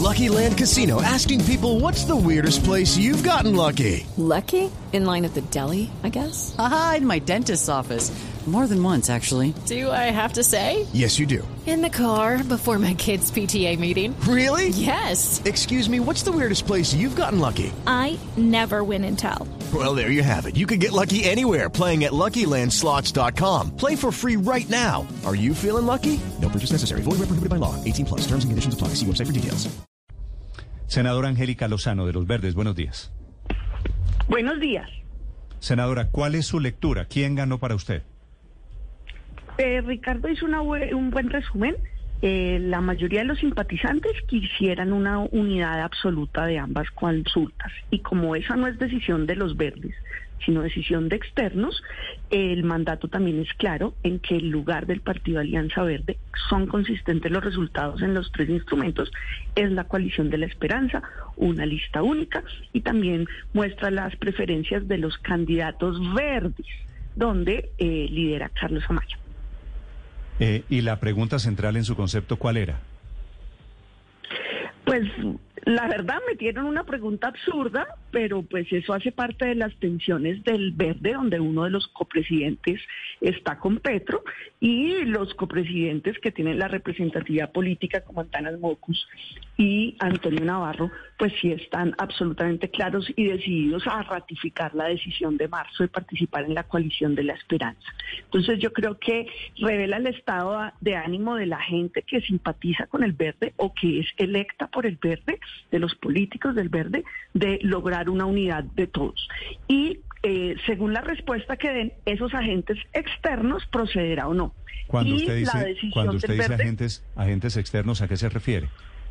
Lucky Land Casino, asking people, what's the weirdest place you've gotten lucky? Lucky? In line at the deli, I guess? Aha, in my dentist's office. More than once, actually. Do I have to say? Yes, you do. In the car before my kids' PTA meeting. Really? Yes. Excuse me, what's the weirdest place you've gotten lucky? I never win and tell. Well, there you have it. You can get lucky anywhere, playing at LuckyLandSlots.com. Play for free right now. Are you feeling lucky? No purchase necessary. Void where prohibited by law. 18+. Terms and conditions apply. See website for details. Senadora Angélica Lozano, de Los Verdes, buenos días. Buenos días. Senadora, ¿cuál es su lectura? ¿Quién ganó para usted? Ricardo hizo un buen resumen. La mayoría de los simpatizantes quisieran una unidad absoluta de ambas consultas. Y como esa no es decisión de los verdes, sino decisión de externos, el mandato también es claro en que el lugar del Partido Alianza Verde, son consistentes los resultados en los tres instrumentos, es la coalición de la esperanza, una lista única, y también muestra las preferencias de los candidatos verdes, donde lidera Carlos Amaya. Y la pregunta central en su concepto, ¿cuál era? Pues la verdad metieron una pregunta absurda, pero pues eso hace parte de las tensiones del Verde, donde uno de los copresidentes está con Petro y los copresidentes que tienen la representatividad política como Antanas Mockus y Antonio Navarro, pues sí están absolutamente claros y decididos a ratificar la decisión de marzo de participar en la coalición de la esperanza. Entonces yo creo que revela el estado de ánimo de la gente que simpatiza con el Verde o que es electa por el Verde, de los políticos del Verde, de lograr una unidad de todos. Y según la respuesta que den esos agentes externos, procederá o no. Cuando usted dice agentes externos, ¿a qué se refiere?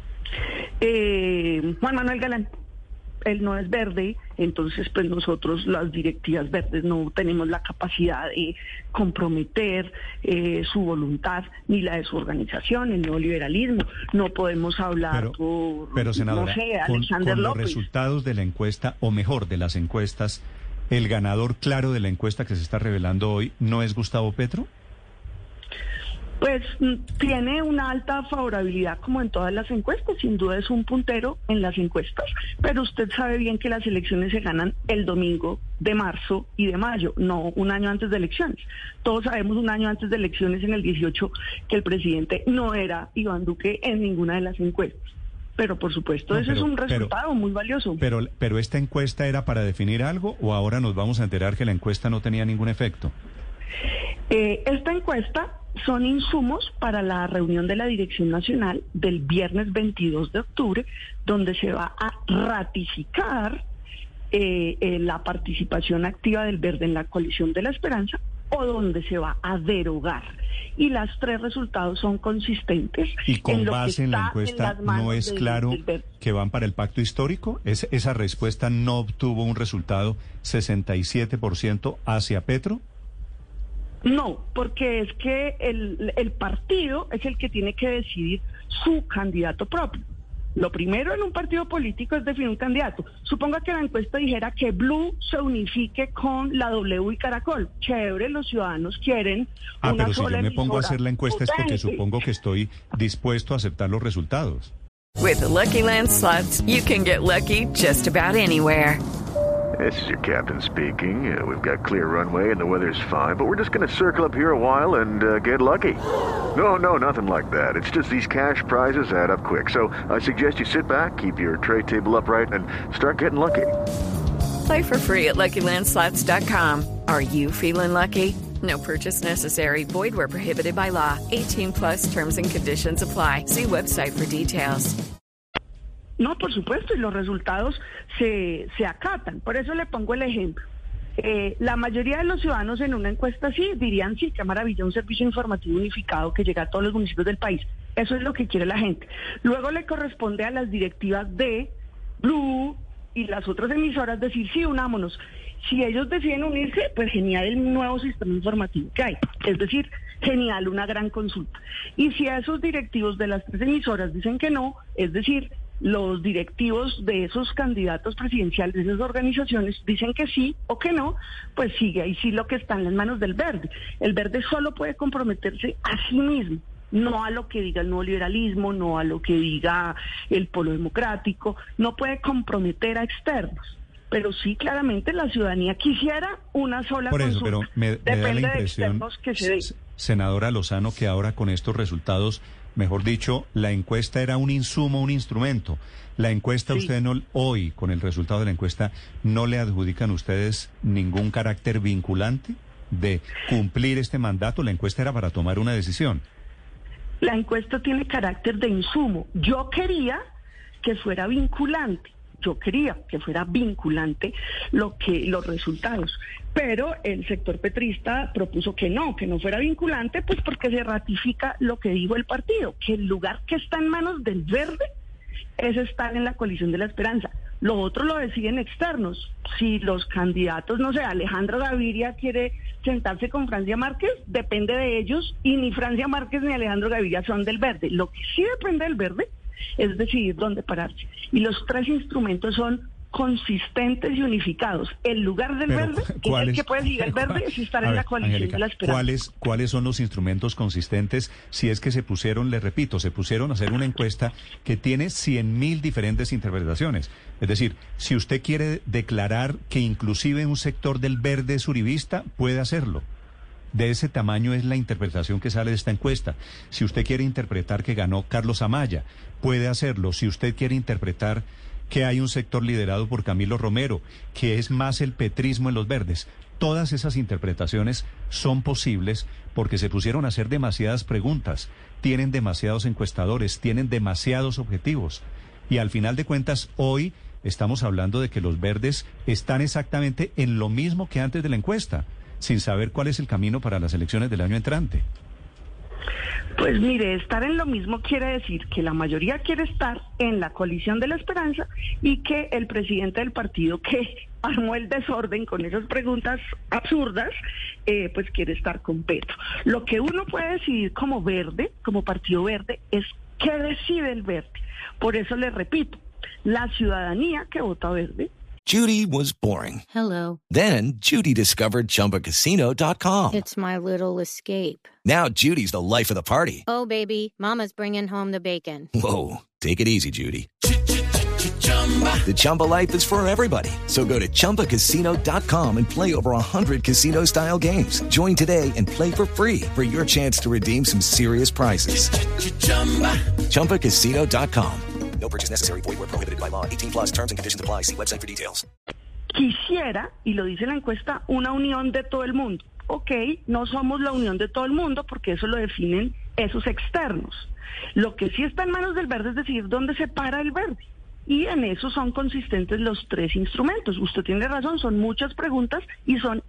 Juan Manuel Galán. Él no es verde, entonces pues nosotros las directivas verdes no tenemos la capacidad de comprometer su voluntad ni la de su organización, el neoliberalismo. No podemos hablar pero senadora, no sé, Alexander con los López. Resultados de la encuesta, o mejor, de las encuestas, ¿el ganador claro de la encuesta que se está revelando hoy no es Gustavo Petro? Pues tiene una alta favorabilidad como en todas las encuestas, sin duda es un puntero en las encuestas, pero usted sabe bien que las elecciones se ganan el domingo de marzo y de mayo, no un año antes de elecciones. Todos sabemos un año antes de elecciones, en el 18, que el presidente no era Iván Duque en ninguna de las encuestas. Pero por supuesto, ese es un resultado muy valioso. Pero ¿esta encuesta era para definir algo o ahora nos vamos a enterar que la encuesta no tenía ningún efecto? Esta encuesta son insumos para la reunión de la Dirección Nacional del viernes 22 de octubre, donde se va a ratificar la participación activa del Verde en la coalición de la esperanza, o donde se va a derogar. Y los tres resultados son consistentes. ¿Y con base en la encuesta no es claro que van para el pacto histórico? ¿Esa respuesta no obtuvo un resultado 67% hacia Petro? No, porque es que el partido es el que tiene que decidir su candidato propio. Lo primero en un partido político es definir un candidato. Suponga que la encuesta dijera que Blue se unifique con la W y Caracol. Chévere, los ciudadanos quieren una pero sola si yo me pongo a hacer la encuesta es porque potente. supongo que estoy dispuesto a aceptar los resultados. With the Lucky Land Slots, you can get lucky just about anywhere. This is your captain speaking. We've got clear runway and the weather's fine, but we're just going to circle up here a while and get lucky. No, nothing like that. It's just these cash prizes add up quick. So I suggest you sit back, keep your tray table upright, and start getting lucky. Play for free at LuckyLandSlots.com. Are you feeling lucky? No purchase necessary. Void where prohibited by law. 18+ terms and conditions apply. See website for details. No, por supuesto, y los resultados se acatan. Por eso le pongo el ejemplo. La mayoría de los ciudadanos en una encuesta así dirían, sí, qué maravilla, un servicio informativo unificado que llega a todos los municipios del país. Eso es lo que quiere la gente. Luego le corresponde a las directivas de Blue y las otras emisoras decir, sí, unámonos. Si ellos deciden unirse, pues genial el nuevo sistema informativo que hay. Es decir, genial, una gran consulta. Y si a esos directivos de las tres emisoras dicen que no, es decir, los directivos de esos candidatos presidenciales, de esas organizaciones, dicen que sí o que no, pues sigue ahí sí lo que está en las manos del Verde. El Verde solo puede comprometerse a sí mismo, no a lo que diga el nuevo liberalismo, no a lo que diga el Polo Democrático, no puede comprometer a externos. Pero sí, claramente la ciudadanía quisiera una sola consulta. Por eso, pero me da la impresión, que se dé. Senadora Lozano, que ahora con estos resultados, mejor dicho, la encuesta era un insumo, un instrumento. La encuesta, sí. Ustedes no, hoy, con el resultado de la encuesta, ¿no le adjudican ustedes ningún carácter vinculante de cumplir este mandato? La encuesta era para tomar una decisión. La encuesta tiene carácter de insumo. Yo quería que fuera vinculante. Los resultados. Pero el sector petrista propuso que no fuera vinculante, pues porque se ratifica lo que dijo el partido, que el lugar que está en manos del verde es estar en la coalición de la esperanza. Lo otro lo deciden externos. Si los candidatos, no sé, Alejandro Gaviria quiere sentarse con Francia Márquez, depende de ellos, y ni Francia Márquez ni Alejandro Gaviria son del verde. Lo que sí depende del verde es decidir dónde pararse. Y los tres instrumentos son consistentes y unificados. El lugar del verde, el que puede seguir el verde, es estar en la coalición Angélica, de la esperanza. ¿Cuáles son los instrumentos consistentes? Si es que se pusieron, le repito, a hacer una encuesta que tiene 100.000 diferentes interpretaciones. Es decir, si usted quiere declarar que inclusive un sector del verde es uribista, puede hacerlo. De ese tamaño es la interpretación que sale de esta encuesta. Si usted quiere interpretar que ganó Carlos Amaya, puede hacerlo. Si usted quiere interpretar que hay un sector liderado por Camilo Romero, que es más el petrismo en los verdes, todas esas interpretaciones son posibles porque se pusieron a hacer demasiadas preguntas, tienen demasiados encuestadores, tienen demasiados objetivos. Y al final de cuentas, hoy estamos hablando de que los verdes están exactamente en lo mismo que antes de la encuesta, sin saber cuál es el camino para las elecciones del año entrante. Pues mire, estar en lo mismo quiere decir que la mayoría quiere estar en la coalición de la esperanza y que el presidente del partido que armó el desorden con esas preguntas absurdas, pues quiere estar con Petro. Lo que uno puede decidir como verde, como partido verde, es qué decide el verde. Por eso le repito, la ciudadanía que vota verde. Judy was boring. Hello. Then Judy discovered ChumbaCasino.com. It's my little escape. Now Judy's the life of the party. Oh, baby, mama's bringing home the bacon. Whoa, take it easy, Judy. The Chumba life is for everybody. So go to ChumbaCasino.com and play over 100 casino-style games. Join today and play for free for your chance to redeem some serious prizes. ChumbaCasino.com. No purchase necessary. Void where prohibited by law. 18+ terms and conditions apply. See website for details. Quisiera, y lo dice la encuesta, una unión de todo el mundo. Ok, no somos la unión de todo el mundo porque eso lo definen esos externos. Lo que sí está en manos del verde es decidir dónde se para el verde. Y en eso son consistentes los tres instrumentos. Usted tiene razón, son muchas preguntas y son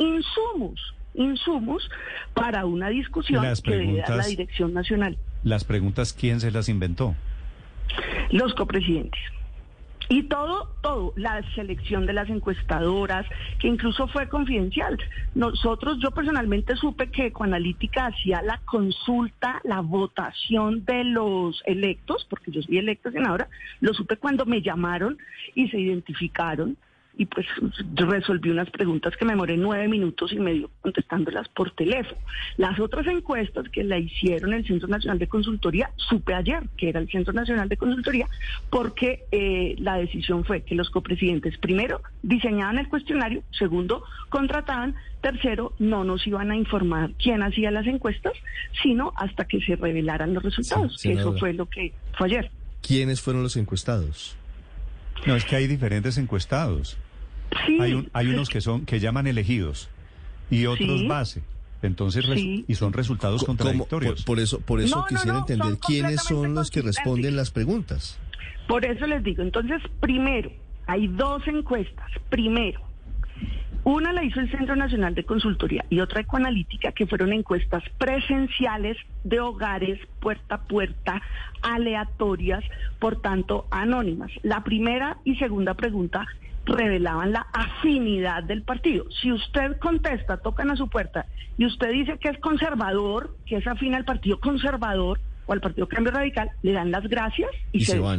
insumos para una discusión que debe dar la dirección nacional. Las preguntas, ¿quién se las inventó? Los copresidentes. Y todo, la selección de las encuestadoras, que incluso fue confidencial. Yo personalmente supe que Ecoanalítica hacía la consulta, la votación de los electos, porque yo soy electa senadora, lo supe cuando me llamaron y se identificaron. Y pues resolví unas preguntas que me demoré 9 minutos y medio contestándolas por teléfono. Las otras encuestas que la hicieron el Centro Nacional de Consultoría, supe ayer que era el Centro Nacional de Consultoría, porque la decisión fue que los copresidentes, primero, diseñaban el cuestionario, segundo, contrataban, tercero, no nos iban a informar quién hacía las encuestas, sino hasta que se revelaran los resultados. Sí, eso fue lo que fue ayer. ¿Quiénes fueron los encuestados? No, es que hay diferentes encuestados. Sí, hay unos que llaman elegidos y otros base. Entonces, y son resultados contradictorios. Por eso quisiera entender quiénes son los que responden las preguntas. Por eso les digo, entonces, primero, hay dos encuestas. Primero, una la hizo el Centro Nacional de Consultoría y otra Ecoanalítica, que fueron encuestas presenciales de hogares, puerta a puerta, aleatorias, por tanto, anónimas. La primera y segunda pregunta revelaban la afinidad del partido. Si usted contesta, tocan a su puerta, y usted dice que es conservador, que es afín al partido conservador o al partido Cambio Radical, le dan las gracias y se despide.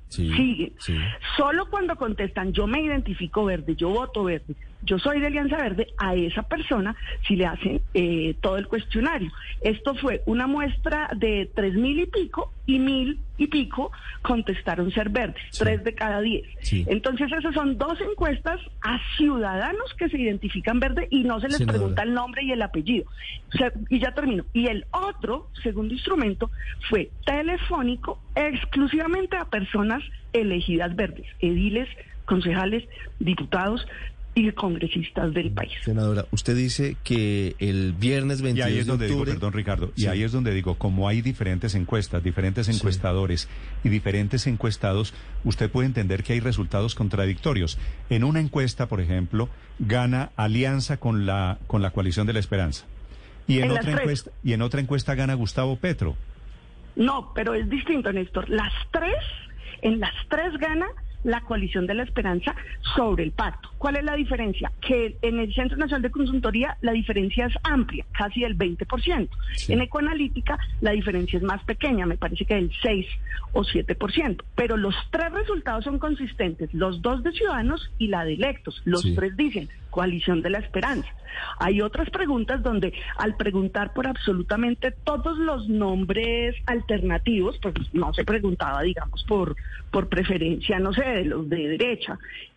sigue. Solo cuando contestan, yo me identifico verde, yo voto verde, yo soy de Alianza Verde, a esa persona sí le hacen todo el cuestionario. Esto fue una muestra de 3.000 y pico, y 1.000 y pico contestaron ser verdes, 3 de cada 10. Entonces esas son 2 encuestas a ciudadanos que se identifican verde y no se les pregunta el nombre y el apellido. Y ya termino. Y el otro, segundo instrumento, fue telefónico exclusivamente a personas elegidas verdes, ediles, concejales, diputados y congresistas del país. Senadora, usted dice que el viernes 22 y ahí es donde de octubre... digo, perdón, Ricardo, y ahí es donde digo, como hay diferentes encuestas, diferentes encuestadores y diferentes encuestados, usted puede entender que hay resultados contradictorios. En una encuesta, por ejemplo, gana Alianza con la coalición de la Esperanza. Y en otra encuesta gana Gustavo Petro. No, pero es distinto, Néstor. En las tres gana la coalición de la Esperanza sobre el pacto. ¿Cuál es la diferencia? Que en el Centro Nacional de Consultoría la diferencia es amplia, casi del 20%. En Ecoanalítica la diferencia es más pequeña, me parece que del 6 o 7%. Pero los 3 resultados son consistentes, los 2 de Ciudadanos y la de electos. Los 3 dicen coalición de la Esperanza. Hay otras preguntas donde al preguntar por absolutamente todos los nombres alternativos, pues no se preguntaba, digamos, por preferencia, no sé, de los de derecha,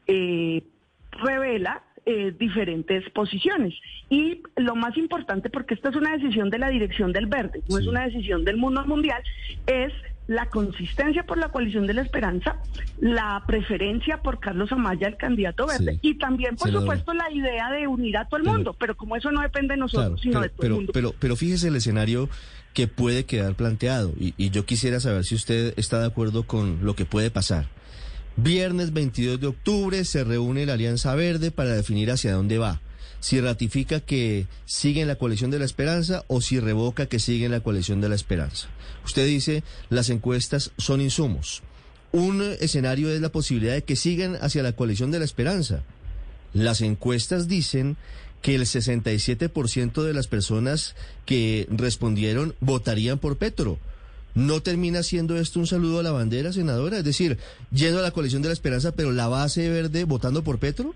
revela diferentes posiciones. Y lo más importante, porque esta es una decisión de la dirección del Verde, no es una decisión del mundo mundial, es la consistencia por la coalición de la Esperanza, la preferencia por Carlos Amaya, el candidato verde, y también, por supuesto, la idea de unir a todo el mundo, pero como eso no depende de nosotros, sino de todo el mundo. Pero fíjese el escenario que puede quedar planteado, y yo quisiera saber si usted está de acuerdo con lo que puede pasar. Viernes 22 de octubre se reúne la Alianza Verde para definir hacia dónde va. Si ratifica que sigue en la coalición de la Esperanza o si revoca que sigue en la coalición de la Esperanza. Usted dice, las encuestas son insumos. Un escenario es la posibilidad de que sigan hacia la coalición de la Esperanza. Las encuestas dicen que el 67% de las personas que respondieron votarían por Petro. ¿No termina siendo esto un saludo a la bandera, senadora? Es decir, yendo a la coalición de la Esperanza, pero la base verde votando por Petro.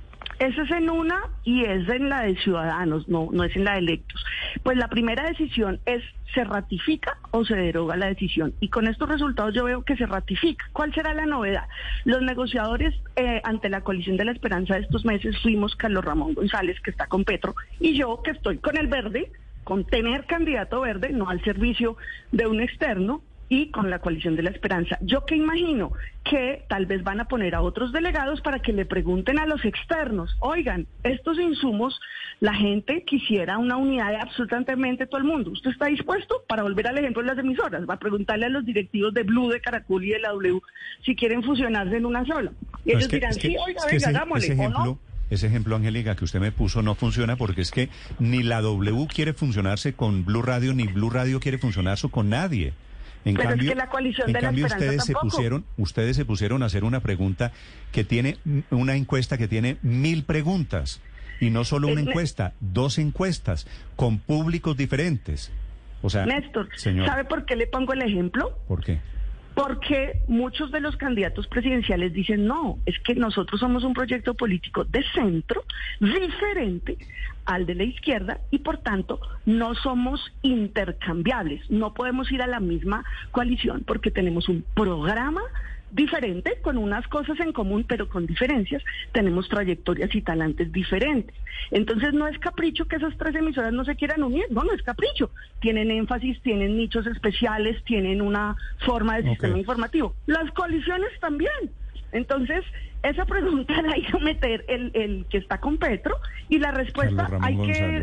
Esa es en una y es en la de Ciudadanos, no es en la de electos. Pues la primera decisión es, ¿se ratifica o se deroga la decisión? Y con estos resultados yo veo que se ratifica. ¿Cuál será la novedad? Los negociadores ante la coalición de la Esperanza de estos meses fuimos Carlos Ramón González, que está con Petro, y yo, que estoy con el Verde, con tener candidato verde, no al servicio de un externo, y con la coalición de la Esperanza. Yo que imagino que tal vez van a poner a otros delegados para que le pregunten a los externos, oigan, estos insumos, la gente quisiera una unidad de absolutamente todo el mundo. ¿Usted está dispuesto, para volver al ejemplo de las emisoras, va a preguntarle a los directivos de Blue, de Caracol y de la W si quieren fusionarse en una sola? Y ellos dirán, sí, oiga, venga, hagámosle, ¿o no? Ese ejemplo, Angélica, que usted me puso no funciona porque es que ni la W quiere funcionarse con Blue Radio, ni Blue Radio quiere funcionarse con nadie. Pero es que la coalición de la Esperanza ustedes se pusieron a hacer una pregunta que tiene, una encuesta que tiene 1000 preguntas, y no solo una encuesta, 2 encuestas, con públicos diferentes. O sea, Néstor, señor, ¿sabe por qué le pongo el ejemplo? ¿Por qué? Porque muchos de los candidatos presidenciales dicen, no, es que nosotros somos un proyecto político de centro, diferente al de la izquierda, y por tanto no somos intercambiables, no podemos ir a la misma coalición porque tenemos un programa diferente, con unas cosas en común, pero con diferencias, tenemos trayectorias y talantes diferentes. Entonces no es capricho que esas 3 emisoras no se quieran unir, no es capricho. Tienen énfasis, tienen nichos especiales, tienen una forma de sistema informativo. Las coaliciones también. Entonces, esa pregunta la hizo meter el que está con Petro, y la respuesta hay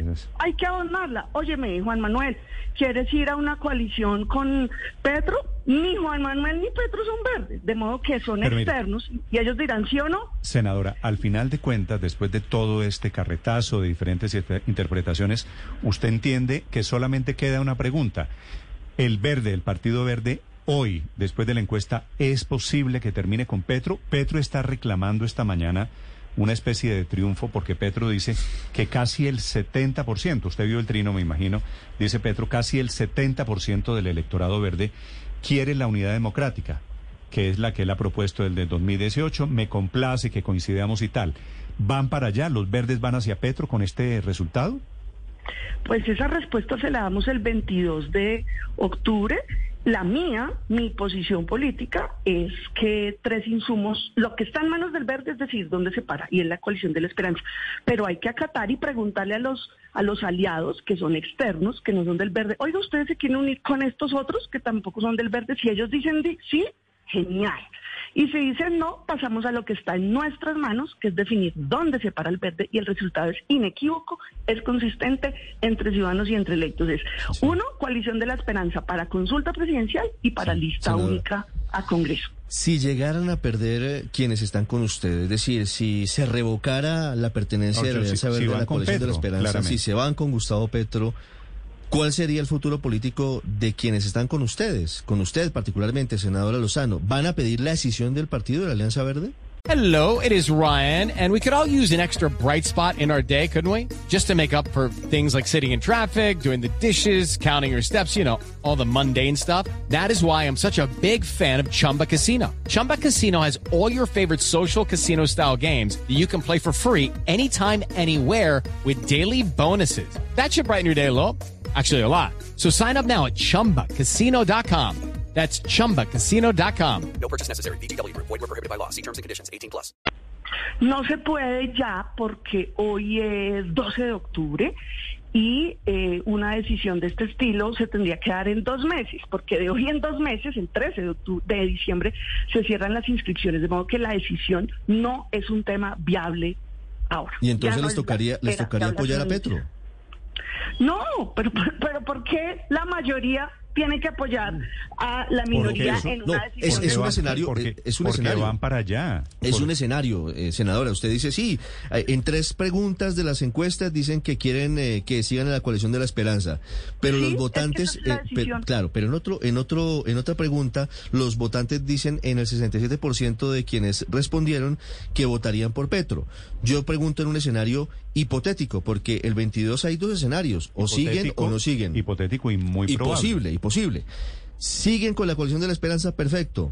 que abonarla. Óyeme, Juan Manuel, ¿quieres ir a una coalición con Petro? Ni Juan Manuel ni Petro son verdes, de modo que son externos, y ellos dirán sí o no. Senadora, al final de cuentas, después de todo este carretazo de diferentes interpretaciones, usted entiende que solamente queda una pregunta. El Verde, el Partido Verde, hoy, después de la encuesta, ¿es posible que termine con Petro? Petro está reclamando esta mañana una especie de triunfo porque Petro dice que casi el 70%, usted vio el trino, me imagino, dice Petro, casi el 70% del electorado verde quiere la unidad democrática. que es la que él ha propuesto el de 2018. Me complace que coincidamos y tal. ¿Van para allá? ¿Los verdes van hacia Petro con este resultado? Pues esa respuesta se la damos el 22 de octubre. Mi posición política es que tres insumos, lo que está en manos del verde es decidir dónde se para, y es la coalición de la esperanza. Pero hay que acatar y preguntarle a los aliados que son externos, que no son del verde, oiga, ¿ustedes se quieren unir con estos otros que tampoco son del verde? Si ellos dicen sí, genial. Y si dicen no, pasamos a lo que está en nuestras manos, que es definir dónde se para el verde, y el resultado es inequívoco, es consistente entre ciudadanos y entre electos. Es uno, coalición de la esperanza para consulta presidencial y para lista única a Congreso. Si llegaran a perder quienes están con ustedes, es decir, si se revocara la pertenencia de la Alianza Verde a la coalición de la esperanza, claramente. Si se van con Gustavo Petro, ¿cuál sería el futuro político de quienes están con ustedes? Con usted particularmente, senadora Lozano. ¿Van a pedir la decisión del partido de la Alianza Verde? Hello, it is Ryan, and we could all use an extra bright spot in our day, couldn't we? Just to make up for things like sitting in traffic, doing the dishes, counting your steps, you know, all the mundane stuff. That is why I'm such a big fan of Chumba Casino. Chumba Casino has all your favorite social casino-style games that you can play for free anytime, anywhere with daily bonuses. That should brighten your day a little. Actually, a lot. So sign up now at ChumbaCasino.com. That's ChumbaCasino.com. No purchase necessary. VGW Group. Void where prohibited by law. See terms and conditions. 18+. No se puede ya porque hoy es 12 de octubre y una decisión de este estilo se tendría que dar en 2 meses, porque de hoy en 2 meses, el 13 de diciembre, se cierran las inscripciones, de modo que la decisión no es un tema viable ahora. Y entonces les tocaría apoyar a Petro. No, pero ¿por qué la mayoría tiene que apoyar a la minoría en una decisión? Es un escenario. Porque van para allá. Es un escenario, senadora. Usted dice, sí, en 3 preguntas de las encuestas dicen que quieren que sigan en la coalición de la esperanza. Pero los votantes, claro, pero en otra pregunta, los votantes dicen en el 67% de quienes respondieron que votarían por Petro. Yo pregunto en un escenario hipotético, porque el 22 hay 2 escenarios, o siguen o no siguen. Hipotético y muy probable. Imposible. ¿Siguen con la coalición de la esperanza? Perfecto.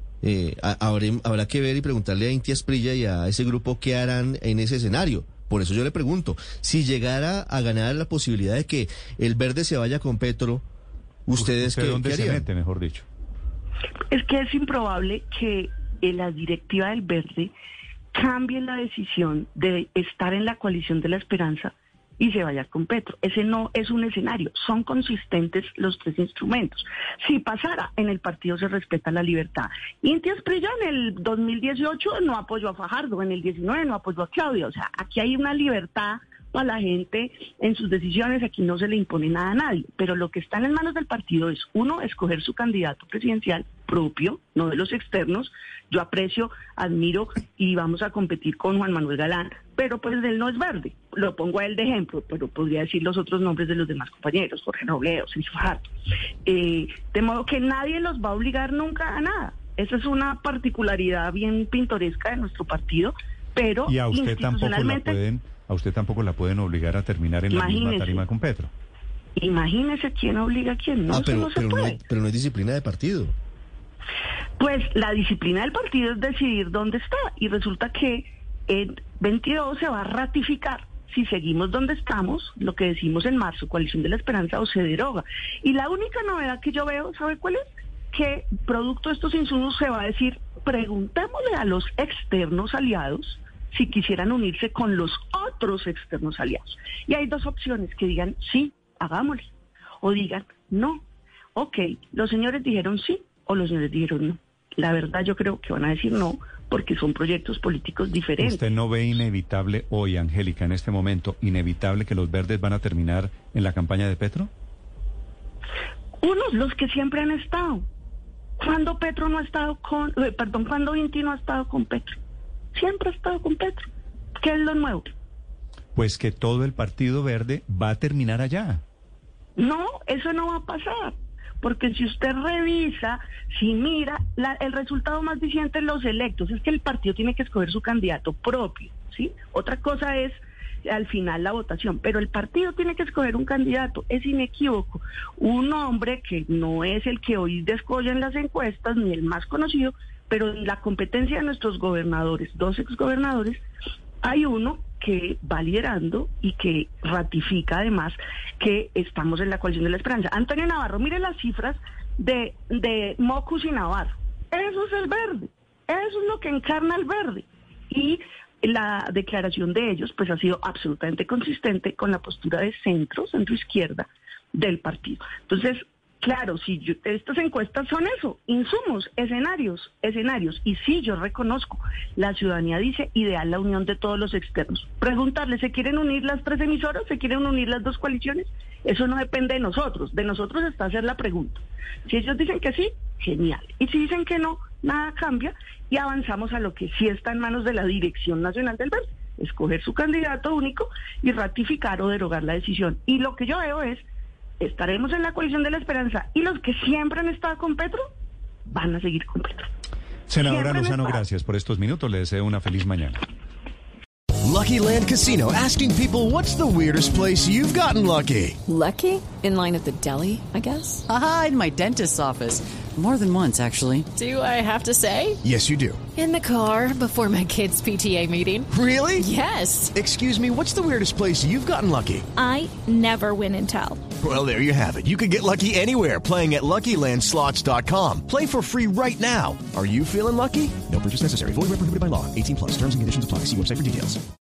Habrá que ver y preguntarle a Inti Asprilla y a ese grupo qué harán en ese escenario. Por eso yo le pregunto, si llegara a ganar la posibilidad de que el verde se vaya con Petro, ¿ustedes qué dónde harían? se mete, mejor dicho? Es que es improbable que la directiva del verde cambie la decisión de estar en la coalición de la esperanza y se vaya con Petro. Ese no es un escenario, son consistentes los 3 instrumentos. Si pasara, en el partido se respeta la libertad. Inti Asprilla en el 2018 no apoyó a Fajardo, en el 19 no apoyó a Claudia, o sea, aquí hay una libertad para la gente en sus decisiones, aquí no se le impone nada a nadie, pero lo que está en manos del partido es, uno, escoger su candidato presidencial propio, no de los externos. Yo aprecio, admiro y vamos a competir con Juan Manuel Galán, pero pues él no es verde, lo pongo a él de ejemplo, pero podría decir los otros nombres de los demás compañeros, Jorge Robledo, Sergio Fajardo, de modo que nadie los va a obligar nunca a nada. Esa es una particularidad bien pintoresca de nuestro partido, pero y a usted tampoco la pueden obligar a terminar en la misma tarima con Petro. Imagínese quién obliga a quién. Pero no es disciplina de partido. Pues la disciplina del partido es decidir dónde está, y resulta que el 22 se va a ratificar si seguimos donde estamos, lo que decimos en marzo, coalición de la esperanza, o se deroga. Y la única novedad que yo veo, ¿sabe cuál es? Que producto de estos insumos se va a decir, preguntémosle a los externos aliados si quisieran unirse con los otros externos aliados. Y hay 2 opciones, que digan sí, hagámoslo, o digan no. Ok, los señores dijeron sí, o los señores dijeron no. La verdad yo creo que van a decir no, porque son proyectos políticos diferentes. ¿Usted no ve inevitable hoy, Angélica, en este momento, inevitable que los verdes van a terminar en la campaña de Petro? Los que siempre han estado. ¿Cuándo Petro no ha estado cuándo Inti no ha estado con Petro? Siempre ha estado con Petro. ¿Qué es lo nuevo? Pues que todo el Partido Verde va a terminar allá. No, eso no va a pasar. Porque si usted revisa, si mira, el resultado más diciente en los electos es que el partido tiene que escoger su candidato propio, ¿sí? Otra cosa es al final la votación, pero el partido tiene que escoger un candidato, es inequívoco, un hombre que no es el que hoy descolla en las encuestas, ni el más conocido, pero en la competencia de nuestros gobernadores, 2 exgobernadores, hay uno que va liderando y que ratifica además que estamos en la coalición de la esperanza. Antonio Navarro, mire las cifras de Mocus y Navarro. Eso es el verde, eso es lo que encarna el verde. Y la declaración de ellos pues ha sido absolutamente consistente con la postura de centro izquierda del partido. Entonces, claro, estas encuestas son eso, insumos, escenarios, y sí, yo reconozco, la ciudadanía dice ideal la unión de todos los externos. Preguntarle, ¿se quieren unir las 3 emisoras? ¿Se quieren unir las 2 coaliciones? Eso no depende de nosotros está hacer la pregunta. Si ellos dicen que sí, genial, y si dicen que no, nada cambia y avanzamos a lo que sí está en manos de la Dirección Nacional del Verde, escoger su candidato único y ratificar o derogar la decisión. Y lo que yo veo es, estaremos en la coalición de la esperanza y los que siempre han estado con Petro van a seguir con Petro. Senadora Lozano, gracias por estos minutos. Le deseo una feliz mañana. Lucky Land Casino, asking people, what's the weirdest place you've gotten lucky? Lucky? In line at the deli, I guess? Aha, in my dentist's office. More than once, actually. Do I have to say? Yes, you do. In the car before my kids' PTA meeting. Really? Yes. Excuse me, what's the weirdest place you've gotten lucky? I never win and tell. Well, there you have it. You can get lucky anywhere, playing at LuckyLandSlots.com. Play for free right now. Are you feeling lucky? No purchase necessary. Void where prohibited by law. 18+. Terms and conditions apply. See website for details.